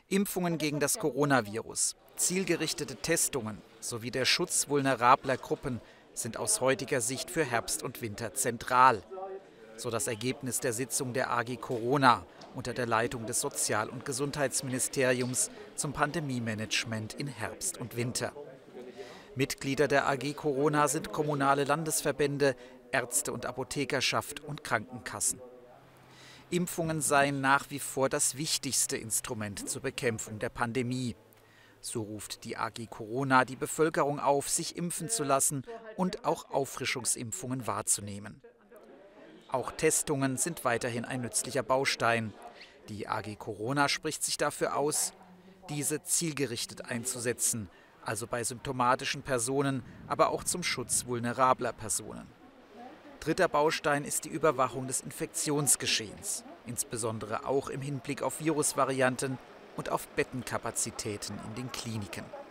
Impfungen gegen das Coronavirus, zielgerichtete Testungen sowie der Schutz vulnerabler Gruppen sind aus heutiger Sicht für Herbst und Winter zentral. So das Ergebnis der Sitzung der AG Corona unter der Leitung des Sozial- und Gesundheitsministeriums zum Pandemiemanagement in Herbst und Winter. Mitglieder der AG Corona sind kommunale Landesverbände, Ärzte- und Apothekerschaft und Krankenkassen. Impfungen seien nach wie vor das wichtigste Instrument zur Bekämpfung der Pandemie. So ruft die AG Corona die Bevölkerung auf, sich impfen zu lassen und auch Auffrischungsimpfungen wahrzunehmen. Auch Testungen sind weiterhin ein nützlicher Baustein. Die AG Corona spricht sich dafür aus, diese zielgerichtet einzusetzen, also bei symptomatischen Personen, aber auch zum Schutz vulnerabler Personen. Dritter Baustein ist die Überwachung des Infektionsgeschehens, insbesondere auch im Hinblick auf Virusvarianten und auf Bettenkapazitäten in den Kliniken.